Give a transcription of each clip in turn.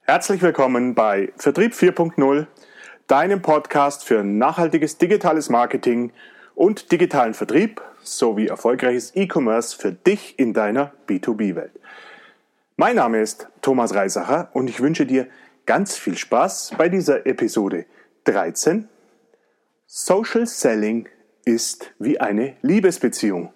Herzlich willkommen bei Vertrieb 4.0, deinem Podcast für nachhaltiges digitales Marketing und digitalen Vertrieb sowie erfolgreiches E-Commerce für dich in deiner B2B-Welt. Mein Name ist Thomas Reisacher und ich wünsche dir ganz viel Spaß bei dieser Episode 13. Social Selling ist wie eine Liebesbeziehung.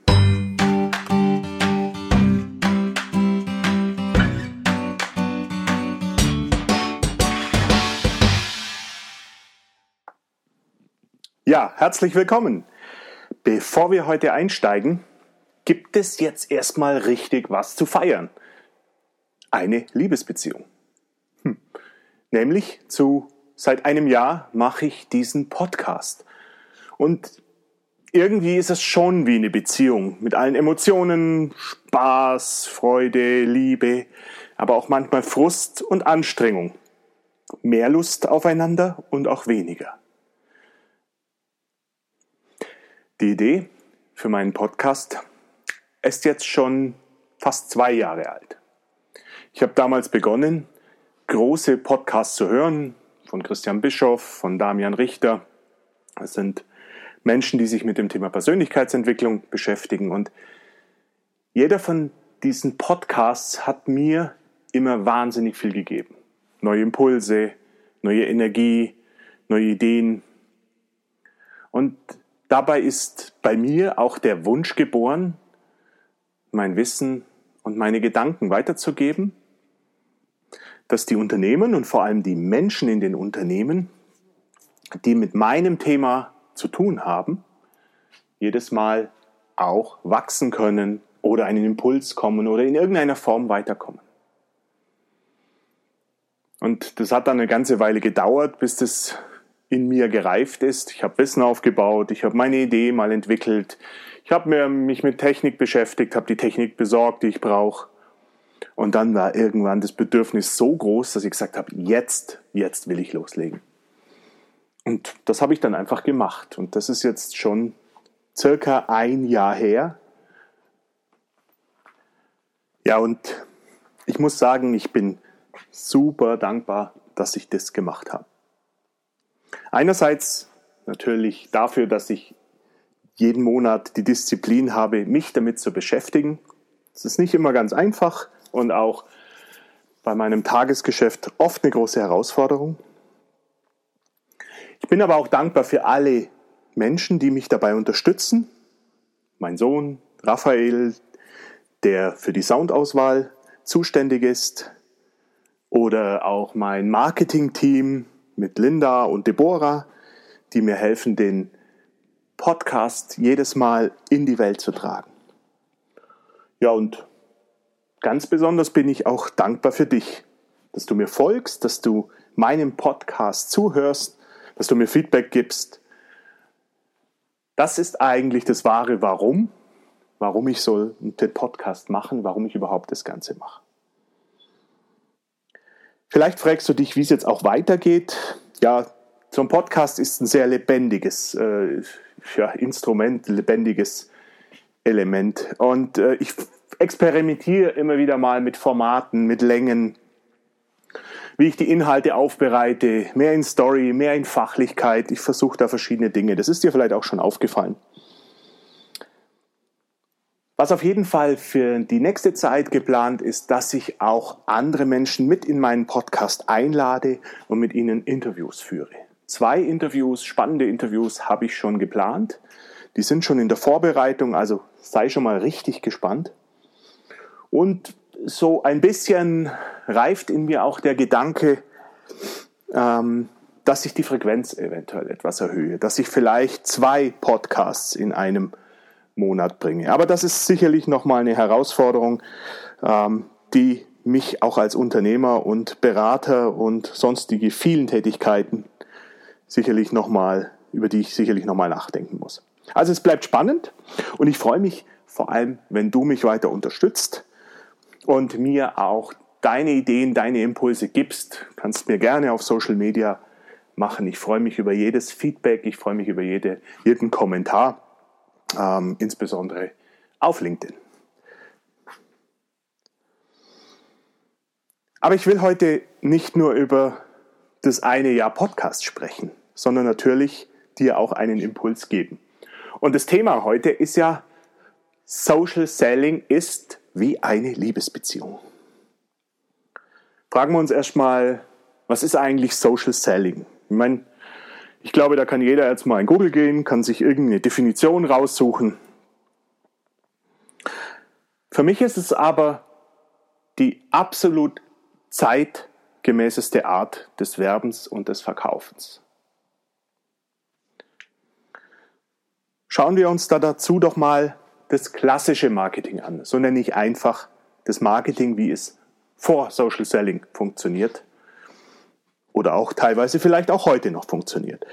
Ja, herzlich willkommen. Bevor wir heute einsteigen, gibt es jetzt erstmal richtig was zu feiern. Eine Liebesbeziehung. Nämlich seit einem Jahr mache ich diesen Podcast. Und irgendwie ist es schon wie eine Beziehung mit allen Emotionen, Spaß, Freude, Liebe, aber auch manchmal Frust und Anstrengung. Mehr Lust aufeinander und auch weniger. Die Idee für meinen Podcast ist jetzt schon fast 2 Jahre alt. Ich habe damals begonnen, große Podcasts zu hören, von Christian Bischoff, von Damian Richter. Das sind Menschen, die sich mit dem Thema Persönlichkeitsentwicklung beschäftigen. Und jeder von diesen Podcasts hat mir immer wahnsinnig viel gegeben. Neue Impulse, neue Energie, neue Ideen. Und dabei ist bei mir auch der Wunsch geboren, mein Wissen und meine Gedanken weiterzugeben, dass die Unternehmen und vor allem die Menschen in den Unternehmen, die mit meinem Thema zu tun haben, jedes Mal auch wachsen können oder einen Impuls kommen oder in irgendeiner Form weiterkommen. Und das hat dann eine ganze Weile gedauert, bis das in mir gereift ist. Ich habe Wissen aufgebaut, ich habe meine Idee mal entwickelt, ich habe mich mit Technik beschäftigt, habe die Technik besorgt, die ich brauche. Und dann war irgendwann das Bedürfnis so groß, dass ich gesagt habe, jetzt will ich loslegen. Und das habe ich dann einfach gemacht. Und das ist jetzt schon circa 1 Jahr her. Ja, und ich muss sagen, ich bin super dankbar, dass ich das gemacht habe. Einerseits natürlich dafür, dass ich jeden Monat die Disziplin habe, mich damit zu beschäftigen. Es ist nicht immer ganz einfach und auch bei meinem Tagesgeschäft oft eine große Herausforderung. Ich bin aber auch dankbar für alle Menschen, die mich dabei unterstützen. Mein Sohn Raphael, der für die Soundauswahl zuständig ist, oder auch mein Marketing-Team mit Linda und Deborah, die mir helfen, den Podcast jedes Mal in die Welt zu tragen. Ja, und ganz besonders bin ich auch dankbar für dich, dass du mir folgst, dass du meinem Podcast zuhörst, dass du mir Feedback gibst. Das ist eigentlich das wahre Warum ich so den Podcast machen, warum ich überhaupt das Ganze mache. Vielleicht fragst du dich, wie es jetzt auch weitergeht. Ja, so ein Podcast ist ein sehr lebendiges Instrument, lebendiges Element. Und ich experimentiere immer wieder mal mit Formaten, mit Längen, wie ich die Inhalte aufbereite, mehr in Story, mehr in Fachlichkeit. Ich versuche da verschiedene Dinge. Das ist dir vielleicht auch schon aufgefallen. Was auf jeden Fall für die nächste Zeit geplant ist, dass ich auch andere Menschen mit in meinen Podcast einlade und mit ihnen Interviews führe. 2 Interviews, spannende Interviews habe ich schon geplant. Die sind schon in der Vorbereitung, also sei schon mal richtig gespannt. Und so ein bisschen reift in mir auch der Gedanke, dass ich die Frequenz eventuell etwas erhöhe, dass ich vielleicht 2 Podcasts in einem Monat bringe. Aber das ist sicherlich nochmal eine Herausforderung, die mich auch als Unternehmer und Berater und sonstige vielen Tätigkeiten über die ich sicherlich nochmal nachdenken muss. Also es bleibt spannend und ich freue mich vor allem, wenn du mich weiter unterstützt und mir auch deine Ideen, deine Impulse gibst. Kannst mir gerne auf Social Media machen. Ich freue mich über jedes Feedback, ich freue mich über jeden Kommentar. Insbesondere auf LinkedIn. Aber ich will heute nicht nur über das eine Jahr Podcast sprechen, sondern natürlich dir auch einen Impuls geben. Und das Thema heute ist ja, Social Selling ist wie eine Liebesbeziehung. Fragen wir uns erstmal, was ist eigentlich Social Selling? Ich glaube, da kann jeder jetzt mal in Google gehen, kann sich irgendeine Definition raussuchen. Für mich ist es aber die absolut zeitgemäßeste Art des Werbens und des Verkaufens. Schauen wir uns dazu doch mal das klassische Marketing an. So nenne ich einfach das Marketing, wie es vor Social Selling funktioniert oder auch teilweise vielleicht auch heute noch funktioniert.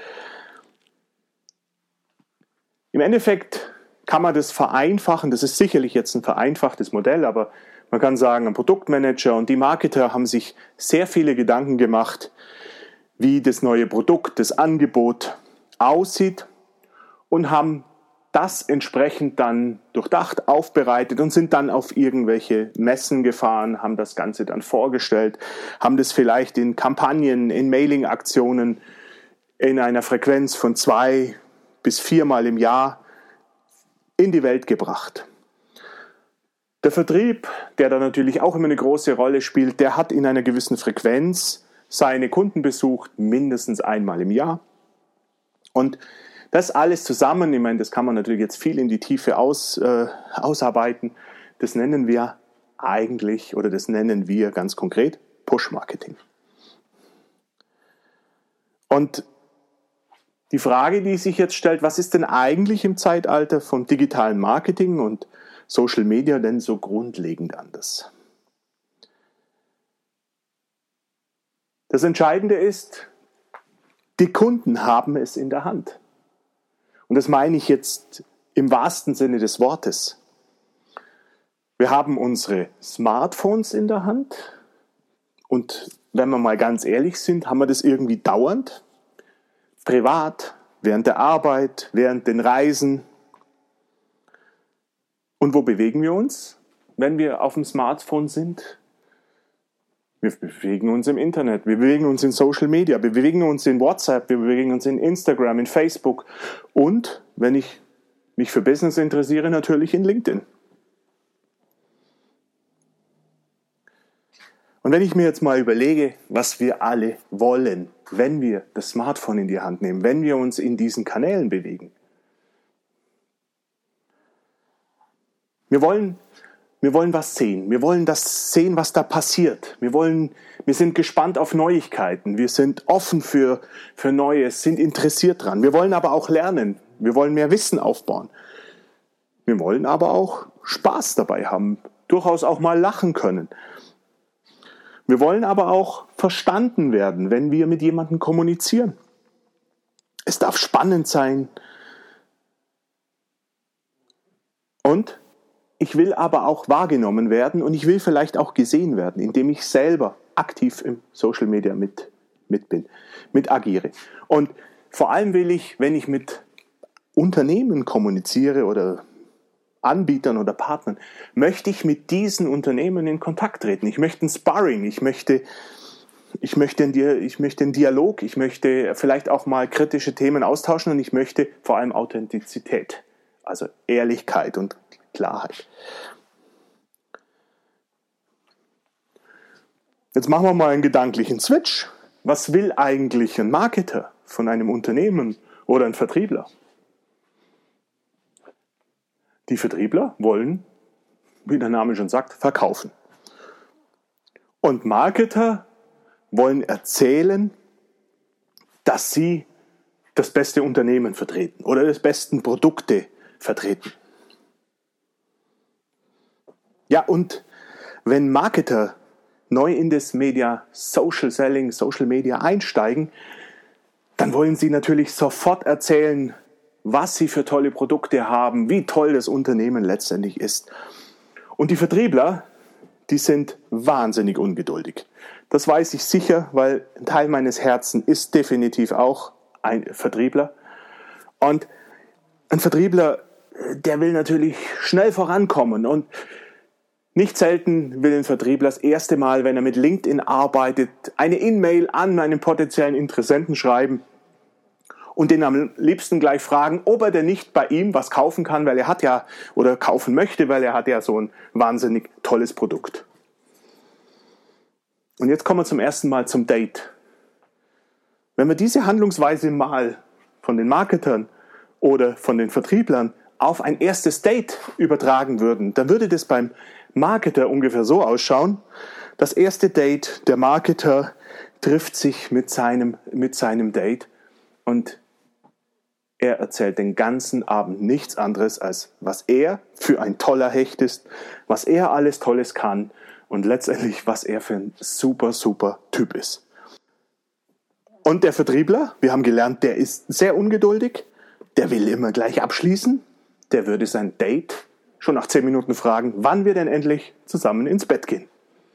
Im Endeffekt kann man das vereinfachen, das ist sicherlich jetzt ein vereinfachtes Modell, aber man kann sagen, ein Produktmanager und die Marketer haben sich sehr viele Gedanken gemacht, wie das neue Produkt, das Angebot aussieht und haben das entsprechend dann durchdacht, aufbereitet und sind dann auf irgendwelche Messen gefahren, haben das Ganze dann vorgestellt, haben das vielleicht in Kampagnen, in Mailing-Aktionen in einer Frequenz von 2 bis 4 Mal im Jahr in die Welt gebracht. Der Vertrieb, der da natürlich auch immer eine große Rolle spielt, der hat in einer gewissen Frequenz seine Kunden besucht, mindestens einmal im Jahr. Und das alles zusammen, ich meine, das kann man natürlich jetzt viel in die Tiefe ausarbeiten, das nennen wir eigentlich, oder das nennen wir ganz konkret Push-Marketing. Und die Frage, die sich jetzt stellt, was ist denn eigentlich im Zeitalter von digitalen Marketing und Social Media denn so grundlegend anders? Das Entscheidende ist, die Kunden haben es in der Hand. Und das meine ich jetzt im wahrsten Sinne des Wortes. Wir haben unsere Smartphones in der Hand und wenn wir mal ganz ehrlich sind, haben wir das irgendwie dauernd, privat, während der Arbeit, während den Reisen. Und wo bewegen wir uns, wenn wir auf dem Smartphone sind? Wir bewegen uns im Internet, wir bewegen uns in Social Media, wir bewegen uns in WhatsApp, wir bewegen uns in Instagram, in Facebook und, wenn ich mich für Business interessiere, natürlich in LinkedIn. Und wenn ich mir jetzt mal überlege, was wir alle wollen, wenn wir das Smartphone in die Hand nehmen, wenn wir uns in diesen Kanälen bewegen. Wir wollen was sehen. Wir wollen das sehen, was da passiert. Wir sind gespannt auf Neuigkeiten. Wir sind offen für Neues, sind interessiert dran. Wir wollen aber auch lernen. Wir wollen mehr Wissen aufbauen. Wir wollen aber auch Spaß dabei haben, durchaus auch mal lachen können. Wir wollen aber auch verstanden werden, wenn wir mit jemandem kommunizieren. Es darf spannend sein. Und ich will aber auch wahrgenommen werden und ich will vielleicht auch gesehen werden, indem ich selber aktiv im Social Media mit agiere. Und vor allem will ich, wenn ich mit Unternehmen kommuniziere oder Anbietern oder Partnern, möchte ich mit diesen Unternehmen in Kontakt treten. Ich möchte ein Sparring, ich möchte einen Dialog, ich möchte vielleicht auch mal kritische Themen austauschen und ich möchte vor allem Authentizität, also Ehrlichkeit und Klarheit. Jetzt machen wir mal einen gedanklichen Switch. Was will eigentlich ein Marketer von einem Unternehmen oder ein Vertriebler? Die Vertriebler wollen, wie der Name schon sagt, verkaufen. Und Marketer wollen erzählen, dass sie das beste Unternehmen vertreten oder das besten Produkte vertreten. Ja, und wenn Marketer neu in das Media Social Selling, Social Media einsteigen, dann wollen sie natürlich sofort erzählen, was sie für tolle Produkte haben, wie toll das Unternehmen letztendlich ist. Und die Vertriebler, die sind wahnsinnig ungeduldig. Das weiß ich sicher, weil ein Teil meines Herzens ist definitiv auch ein Vertriebler. Und ein Vertriebler, der will natürlich schnell vorankommen und Nicht selten will ein Vertriebler das erste Mal, wenn er mit LinkedIn arbeitet, eine E-Mail an einen potenziellen Interessenten schreiben und den am liebsten gleich fragen, ob er denn nicht bei ihm was kaufen kann, weil er hat ja, oder kaufen möchte, weil er hat ja so ein wahnsinnig tolles Produkt. Und jetzt kommen wir zum ersten Mal zum Date. Wenn wir diese Handlungsweise mal von den Marketern oder von den Vertrieblern auf ein erstes Date übertragen würden, dann würde das beim Marketer ungefähr so ausschauen. Das erste Date, der Marketer trifft sich mit seinem Date und er erzählt den ganzen Abend nichts anderes, als was er für ein toller Hecht ist, was er alles Tolles kann und letztendlich, was er für ein super, super Typ ist. Und der Vertriebler, wir haben gelernt, der ist sehr ungeduldig, der will immer gleich abschließen, der würde sein Date schon nach 10 Minuten fragen, wann wir denn endlich zusammen ins Bett gehen.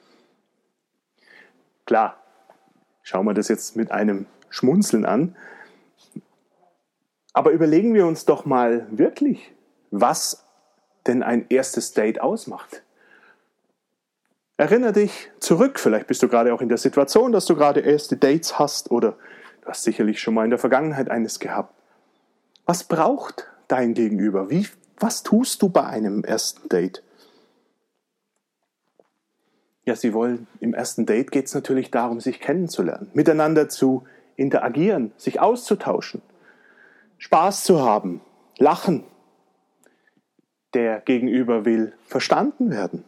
Klar, schauen wir das jetzt mit einem Schmunzeln an, aber überlegen wir uns doch mal wirklich, was denn ein erstes Date ausmacht. Erinnere dich zurück, vielleicht bist du gerade auch in der Situation, dass du gerade erste Dates hast oder du hast sicherlich schon mal in der Vergangenheit eines gehabt. Was braucht dein Gegenüber? Was tust du bei einem ersten Date? Ja, im ersten Date geht es natürlich darum, sich kennenzulernen, miteinander zu interagieren, sich auszutauschen, Spaß zu haben, lachen. Der Gegenüber will verstanden werden.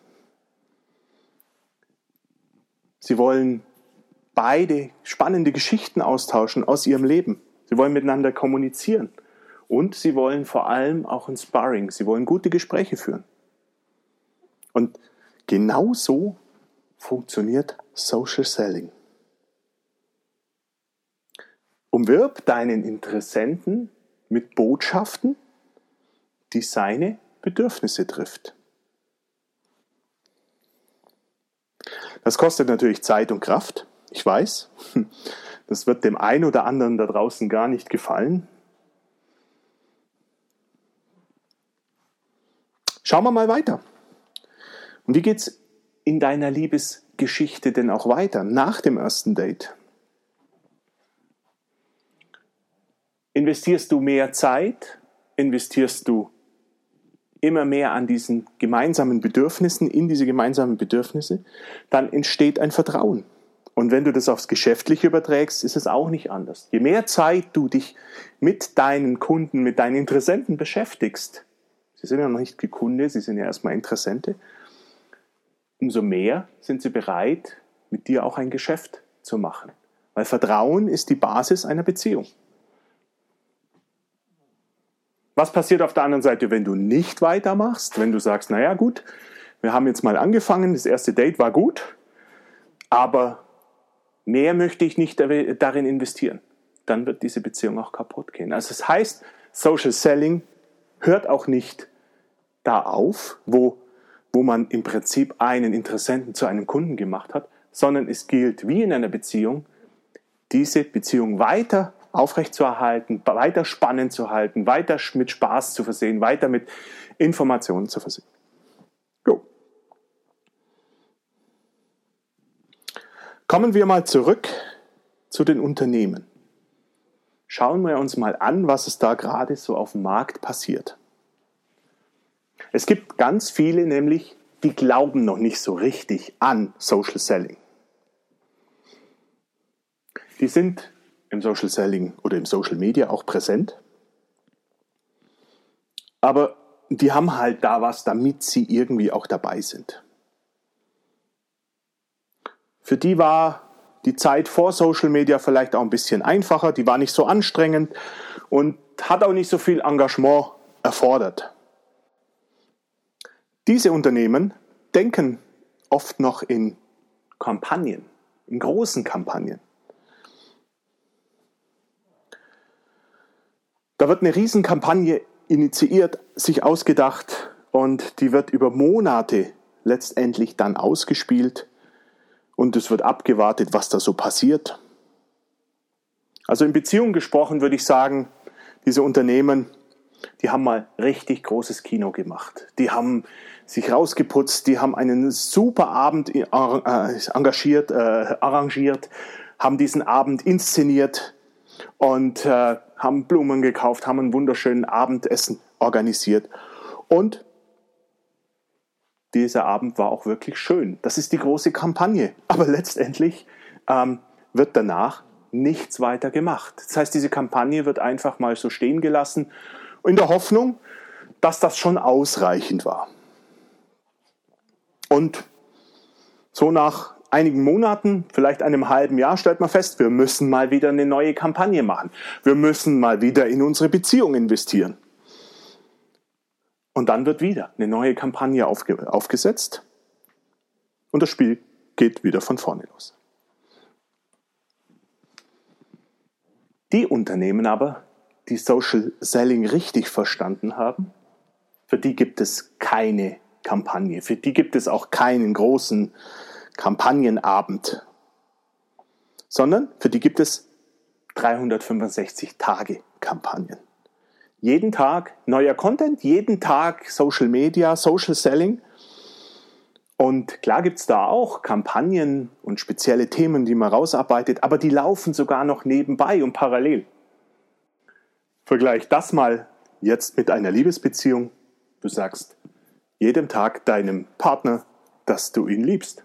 Sie wollen beide spannende Geschichten austauschen aus ihrem Leben. Sie wollen miteinander kommunizieren. Und sie wollen vor allem auch ein Sparring. Sie wollen gute Gespräche führen. Und genau so funktioniert Social Selling. Umwirb deinen Interessenten mit Botschaften, die seine Bedürfnisse trifft. Das kostet natürlich Zeit und Kraft. Ich weiß, das wird dem einen oder anderen da draußen gar nicht gefallen. Schauen wir mal weiter. Und wie geht's in deiner Liebesgeschichte denn auch weiter nach dem ersten Date? Investierst du mehr Zeit? Investierst du immer mehr an diesen gemeinsamen Bedürfnissen, in diese gemeinsamen Bedürfnisse? Dann entsteht ein Vertrauen. Und wenn du das aufs Geschäftliche überträgst, ist es auch nicht anders. Je mehr Zeit du dich mit deinen Kunden, mit deinen Interessenten beschäftigst, sie sind ja noch nicht die Kunde, sie sind ja erstmal Interessente, umso mehr sind sie bereit, mit dir auch ein Geschäft zu machen. Weil Vertrauen ist die Basis einer Beziehung. Was passiert auf der anderen Seite, wenn du nicht weitermachst? Wenn du sagst, naja gut, wir haben jetzt mal angefangen, das erste Date war gut, aber mehr möchte ich nicht darin investieren. Dann wird diese Beziehung auch kaputt gehen. Also das heißt, Social Selling hört auch nicht da auf, wo man im Prinzip einen Interessenten zu einem Kunden gemacht hat, sondern es gilt wie in einer Beziehung, diese Beziehung weiter aufrechtzuerhalten, weiter spannend zu halten, weiter mit Spaß zu versehen, weiter mit Informationen zu versehen. Jo. Kommen wir mal zurück zu den Unternehmen. Schauen wir uns mal an, was es da gerade so auf dem Markt passiert. Es gibt ganz viele nämlich, die glauben noch nicht so richtig an Social Selling. Die sind im Social Selling oder im Social Media auch präsent. Aber die haben halt da was, damit sie irgendwie auch dabei sind. Für die war die Zeit vor Social Media vielleicht auch ein bisschen einfacher, die war nicht so anstrengend und hat auch nicht so viel Engagement erfordert. Diese Unternehmen denken oft noch in Kampagnen, in großen Kampagnen. Da wird eine Riesenkampagne initiiert, sich ausgedacht und die wird über Monate letztendlich dann ausgespielt und es wird abgewartet, was da so passiert. Also in Beziehung gesprochen würde ich sagen, diese Unternehmen Die haben mal richtig großes Kino gemacht. Die haben sich rausgeputzt, die haben einen super Abend arrangiert, haben diesen Abend inszeniert und haben Blumen gekauft, haben einen wunderschönen Abendessen organisiert. Und dieser Abend war auch wirklich schön. Das ist die große Kampagne. Aber letztendlich wird danach nichts weiter gemacht. Das heißt, diese Kampagne wird einfach mal so stehen gelassen, in der Hoffnung, dass das schon ausreichend war. Und so nach einigen Monaten, vielleicht einem halben Jahr, stellt man fest, wir müssen mal wieder eine neue Kampagne machen. Wir müssen mal wieder in unsere Beziehung investieren. Und dann wird wieder eine neue Kampagne aufgesetzt und das Spiel geht wieder von vorne los. Die Unternehmen aber, die Social Selling richtig verstanden haben, für die gibt es keine Kampagne, für die gibt es auch keinen großen Kampagnenabend, sondern für die gibt es 365-Tage-Kampagnen. Jeden Tag neuer Content, jeden Tag Social Media, Social Selling. Und klar gibt es da auch Kampagnen und spezielle Themen, die man rausarbeitet, aber die laufen sogar noch nebenbei und parallel. Vergleich das mal jetzt mit einer Liebesbeziehung. Du sagst jedem Tag deinem Partner, dass du ihn liebst.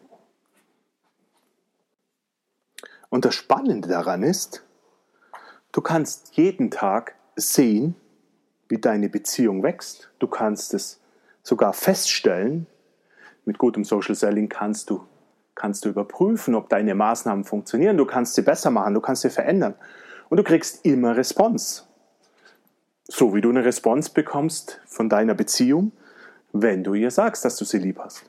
Und das Spannende daran ist, du kannst jeden Tag sehen, wie deine Beziehung wächst. Du kannst es sogar feststellen. Mit gutem Social Selling kannst du überprüfen, ob deine Maßnahmen funktionieren. Du kannst sie besser machen, du kannst sie verändern. Und du kriegst immer Response. So wie du eine Response bekommst von deiner Beziehung, wenn du ihr sagst, dass du sie lieb hast.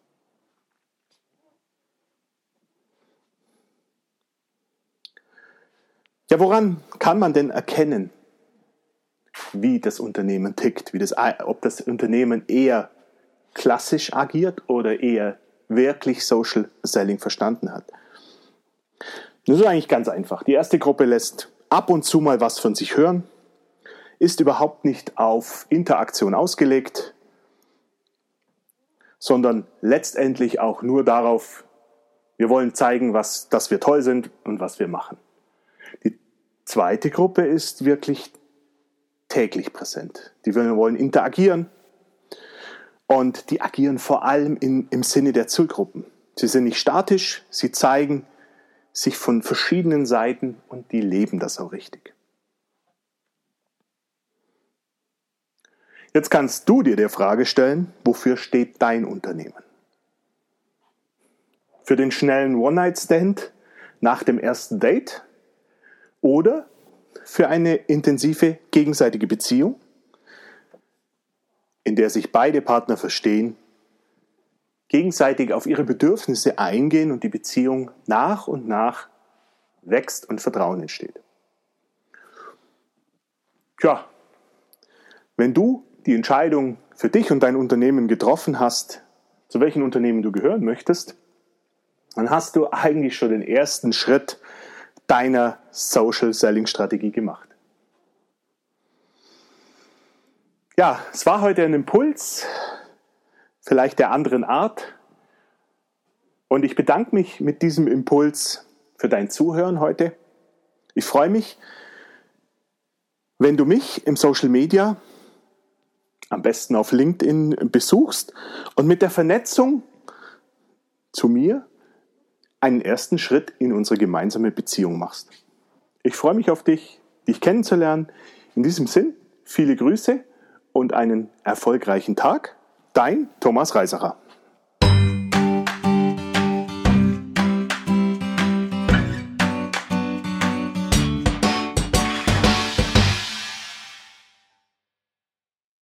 Ja, woran kann man denn erkennen, wie das Unternehmen tickt, ob das Unternehmen eher klassisch agiert oder eher wirklich Social Selling verstanden hat? Das ist eigentlich ganz einfach. Die erste Gruppe lässt ab und zu mal was von sich hören, ist überhaupt nicht auf Interaktion ausgelegt, sondern letztendlich auch nur darauf, wir wollen zeigen, dass wir toll sind und was wir machen. Die zweite Gruppe ist wirklich täglich präsent. Die wollen interagieren und die agieren vor allem im Sinne der Zielgruppen. Sie sind nicht statisch, sie zeigen sich von verschiedenen Seiten und die leben das auch richtig. Jetzt kannst du dir die Frage stellen, wofür steht dein Unternehmen? Für den schnellen One-Night-Stand nach dem ersten Date oder für eine intensive gegenseitige Beziehung, in der sich beide Partner verstehen, gegenseitig auf ihre Bedürfnisse eingehen und die Beziehung nach und nach wächst und Vertrauen entsteht. Tja, wenn du die Entscheidung für dich und dein Unternehmen getroffen hast, zu welchem Unternehmen du gehören möchtest, dann hast du eigentlich schon den ersten Schritt deiner Social Selling Strategie gemacht. Ja, es war heute ein Impuls, vielleicht der anderen Art. Und ich bedanke mich mit diesem Impuls für dein Zuhören heute. Ich freue mich, wenn du mich im Social Media, am besten auf LinkedIn, besuchst und mit der Vernetzung zu mir einen ersten Schritt in unsere gemeinsame Beziehung machst. Ich freue mich auf dich kennenzulernen. In diesem Sinn, viele Grüße und einen erfolgreichen Tag. Dein Thomas Reisacher.